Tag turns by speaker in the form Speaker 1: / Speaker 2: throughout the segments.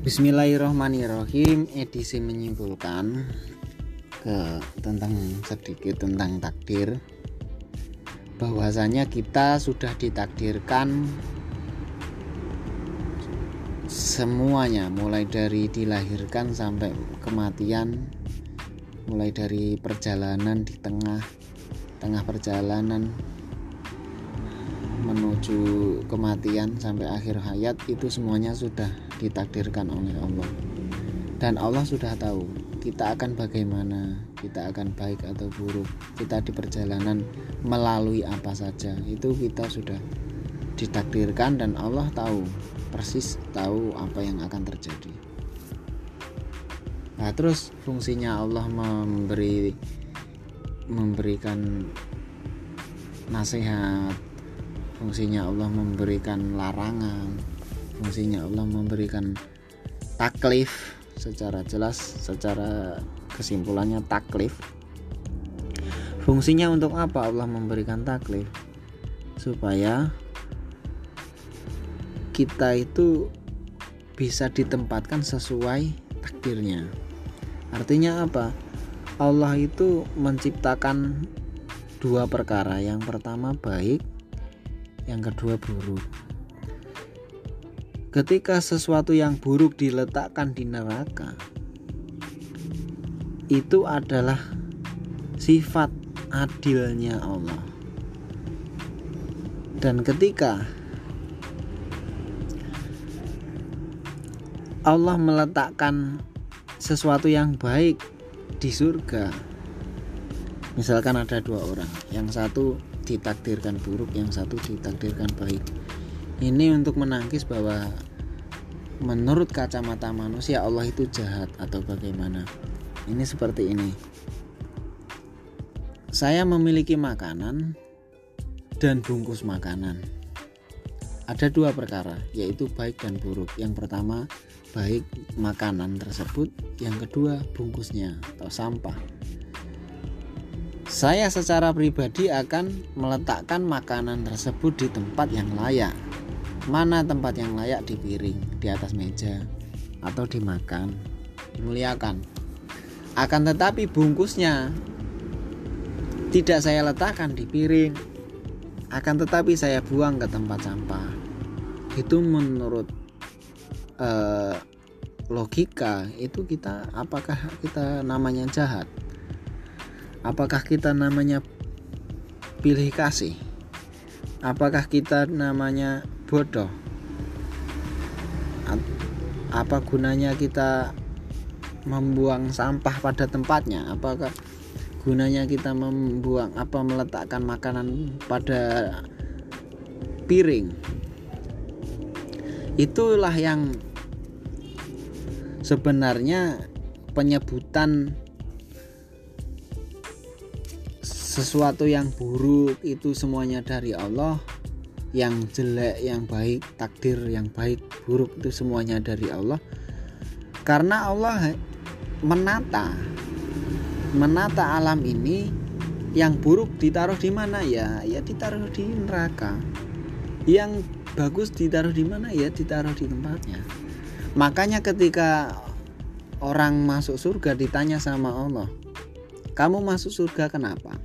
Speaker 1: Bismillahirrahmanirrahim. Edisi menyimpulkan sedikit tentang takdir, bahwasanya kita sudah ditakdirkan semuanya, mulai dari dilahirkan sampai kematian, mulai dari perjalanan di tengah perjalanan menuju kematian sampai akhir hayat, itu semuanya sudah ditakdirkan oleh Allah. Dan Allah sudah tahu kita akan bagaimana, kita akan baik atau buruk, kita di perjalanan melalui apa saja, itu kita sudah ditakdirkan dan Allah tahu persis, tahu apa yang akan terjadi. Nah, terus fungsinya Allah memberikan nasihat, fungsinya Allah memberikan larangan, fungsinya Allah memberikan taklif. Secara jelas, secara kesimpulannya taklif, fungsinya untuk apa Allah memberikan taklif? Supaya kita itu bisa ditempatkan sesuai takdirnya. Artinya apa? Allah itu menciptakan dua perkara, yang pertama baik, yang kedua buruk. Ketika sesuatu yang buruk diletakkan di neraka, itu adalah sifat adilnya Allah. Dan ketika Allah meletakkan sesuatu yang baik di surga, misalkan ada dua orang, yang satu ditakdirkan buruk, yang satu ditakdirkan baik. Ini untuk menangkis bahwa menurut kacamata manusia Allah itu jahat atau bagaimana. Ini seperti ini. Saya memiliki makanan dan bungkus makanan. Ada dua perkara, yaitu baik dan buruk. Yang pertama baik makanan tersebut, yang kedua bungkusnya atau sampah. Saya secara pribadi akan meletakkan makanan tersebut di tempat yang layak. Mana tempat yang layak? Di piring, di atas meja, atau dimakan, dimuliakan. Akan tetapi bungkusnya tidak saya letakkan di piring, akan tetapi saya buang ke tempat sampah. Itu menurut logika itu kita, apakah kita namanya jahat? Apakah kita namanya pilih kasih? Apakah kita namanya bodoh? Apa gunanya kita membuang sampah pada tempatnya? Apakah gunanya kita meletakkan makanan pada piring? Itulah yang sebenarnya penyebutan sesuatu yang buruk itu semuanya dari Allah, yang jelek, yang baik, takdir yang baik, buruk itu semuanya dari Allah. Karena Allah menata alam ini, yang buruk ditaruh di mana? Ya ditaruh di neraka. Yang bagus ditaruh di mana? Ya ditaruh di tempatnya. Makanya ketika orang masuk surga ditanya sama Allah, kamu masuk surga kenapa?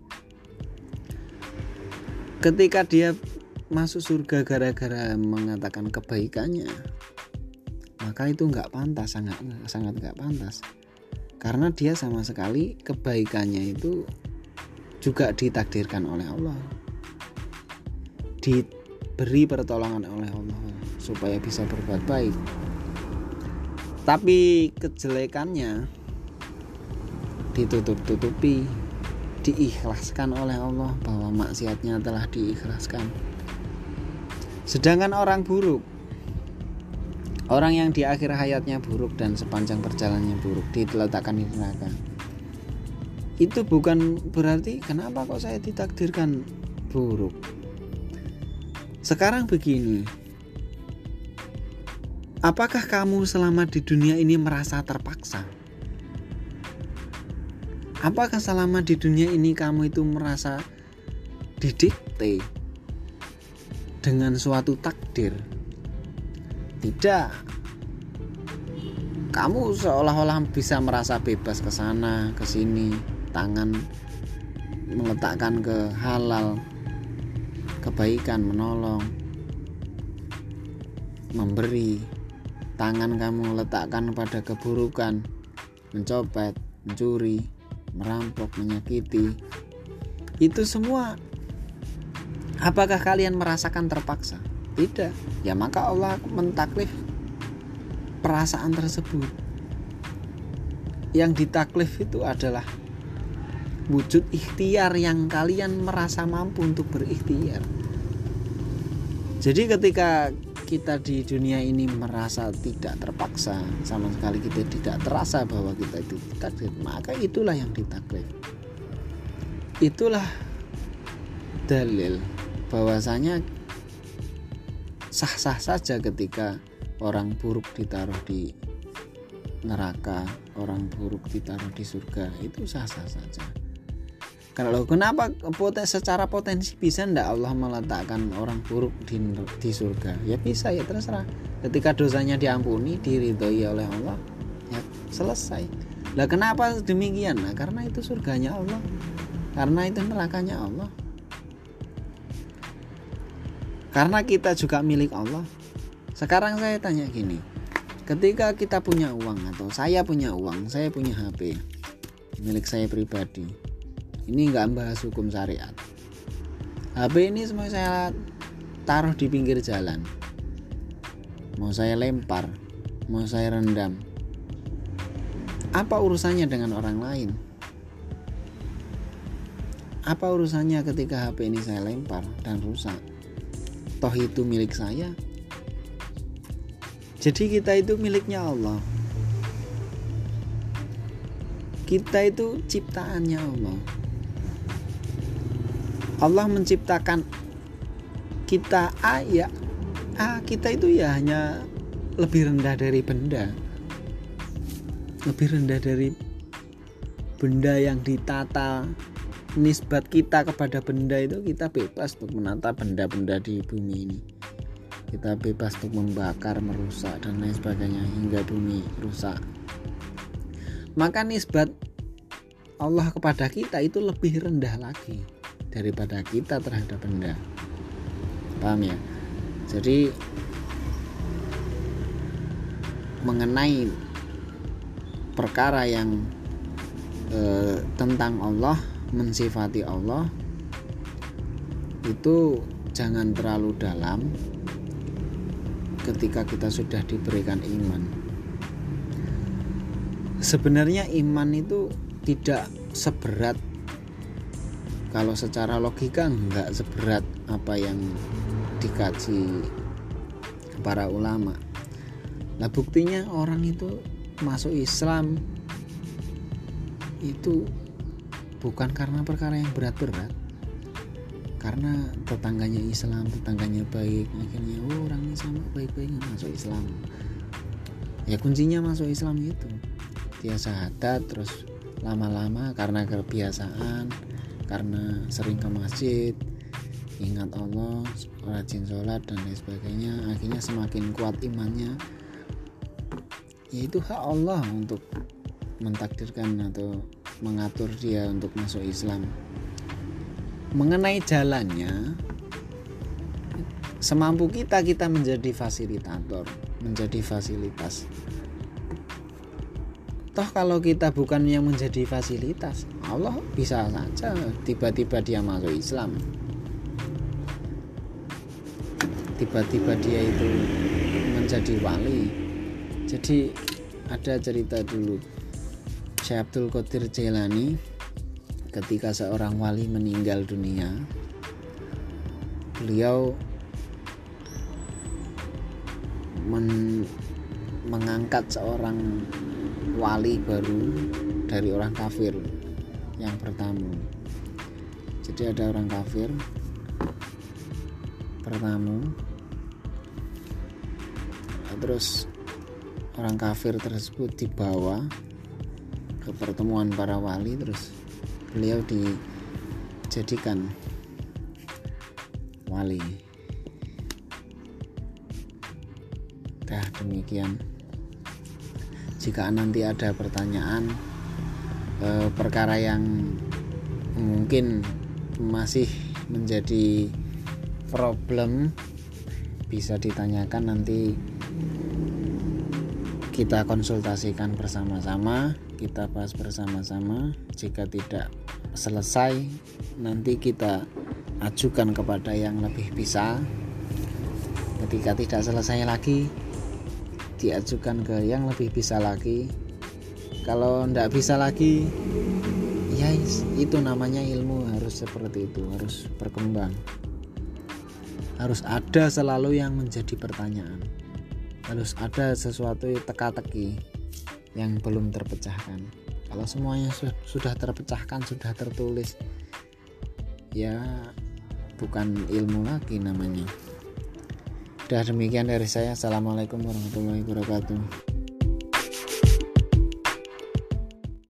Speaker 1: Ketika dia masuk surga gara-gara mengatakan kebaikannya, maka itu nggak pantas, sangat nggak pantas. Karena dia sama sekali kebaikannya itu juga ditakdirkan oleh Allah, diberi pertolongan oleh Allah supaya bisa berbuat baik. Tapi kejelekannya ditutup-tutupi, diikhlaskan oleh Allah, bahwa maksiatnya telah diikhlaskan. Sedangkan orang buruk, orang yang di akhir hayatnya buruk dan sepanjang perjalanannya buruk, diletakkan di neraka. Itu bukan berarti kenapa kok saya ditakdirkan buruk. Sekarang begini, apakah kamu selama di dunia ini merasa terpaksa? Apakah selama di dunia ini kamu itu merasa didikte dengan suatu takdir? Tidak. kamu seolah-olah bisa merasa bebas ke sana ke sini, tangan meletakkan ke halal, kebaikan, menolong, memberi. Tangan kamu letakkan pada keburukan, mencopet, mencuri, merampok, menyakiti. Itu semua, apakah kalian merasakan terpaksa? Tidak. Ya maka Allah mentaklif perasaan tersebut. Yang ditaklif itu adalah wujud ikhtiar yang kalian merasa mampu untuk berikhtiar. Jadi ketika kita di dunia ini merasa tidak terpaksa, sama sekali kita tidak terasa bahwa kita itu takdir, maka itulah yang ditaklif. Itulah dalil bahwasanya sah-sah saja ketika orang buruk ditaruh di neraka, orang buruk ditaruh di surga, itu sah-sah saja. Kalau kenapa secara potensi bisa ndak Allah meletakkan orang buruk di surga? Ya bisa, ya terserah. Ketika dosanya diampuni, diridhoi oleh Allah, ya selesai. Lah kenapa demikian? Nah, karena itu surganya Allah, karena itu nerakanya Allah. Karena kita juga milik Allah. Sekarang saya tanya gini, ketika kita punya uang atau saya punya uang, saya punya HP milik saya pribadi. Ini nggak bahas hukum syariat. HP ini semua saya taruh di pinggir jalan. Mau saya lempar, mau saya rendam. Apa urusannya dengan orang lain? Apa urusannya ketika HP ini saya lempar dan rusak? Toh itu milik saya. Jadi kita itu miliknya Allah. Kita itu ciptaannya Allah. Allah menciptakan kita kita itu ya hanya lebih rendah dari benda. Lebih rendah dari benda yang ditata. Nisbat kita kepada benda itu, kita bebas untuk menata benda-benda di bumi ini. Kita bebas untuk membakar, merusak dan lain sebagainya hingga bumi rusak. Maka nisbat Allah kepada kita itu lebih rendah lagi daripada kita terhadap benda. Paham ya? Jadi mengenai perkara yang tentang Allah, mensifati Allah, itu jangan terlalu dalam ketika kita sudah diberikan iman. Sebenarnya iman itu tidak seberat, kalau secara logika enggak seberat apa yang dikaji para ulama. Nah buktinya orang itu masuk Islam itu bukan karena perkara yang berat-berat, karena tetangganya Islam, tetangganya baik, akhirnya orang Islam baik-baiknya masuk Islam. Ya kuncinya masuk Islam itu dia syahadat, terus lama-lama karena kebiasaan, karena sering ke masjid, ingat Allah, rajin sholat dan lain sebagainya, akhirnya semakin kuat imannya. Yaitu hak Allah untuk mentakdirkan atau mengatur dia untuk masuk Islam. Mengenai jalannya, semampu kita menjadi fasilitator, menjadi fasilitas. Toh kalau kita bukan yang menjadi fasilitas, Allah bisa saja tiba-tiba dia masuk Islam, tiba-tiba dia itu menjadi wali. Jadi ada cerita dulu, Syekh Abdul Qadir Jailani ketika seorang wali meninggal dunia, beliau mengangkat seorang wali baru dari orang kafir yang bertamu. Jadi ada orang kafir bertamu, terus orang kafir tersebut dibawa ke pertemuan para wali, terus beliau dijadikan wali. Demikian. Jika nanti ada pertanyaan perkara yang mungkin masih menjadi problem, bisa ditanyakan, nanti kita konsultasikan bersama-sama, kita bahas bersama-sama. Jika tidak selesai, nanti kita ajukan kepada yang lebih bisa. Ketika tidak selesai lagi, diajukan ke yang lebih bisa lagi. Kalau tidak bisa lagi, ya itu namanya ilmu, harus seperti itu, harus berkembang. Harus ada selalu yang menjadi pertanyaan, harus ada sesuatu teka-teki yang belum terpecahkan. Kalau semuanya sudah terpecahkan, sudah tertulis, ya bukan ilmu lagi namanya. Udah, demikian dari saya. Assalamualaikum warahmatullahi wabarakatuh.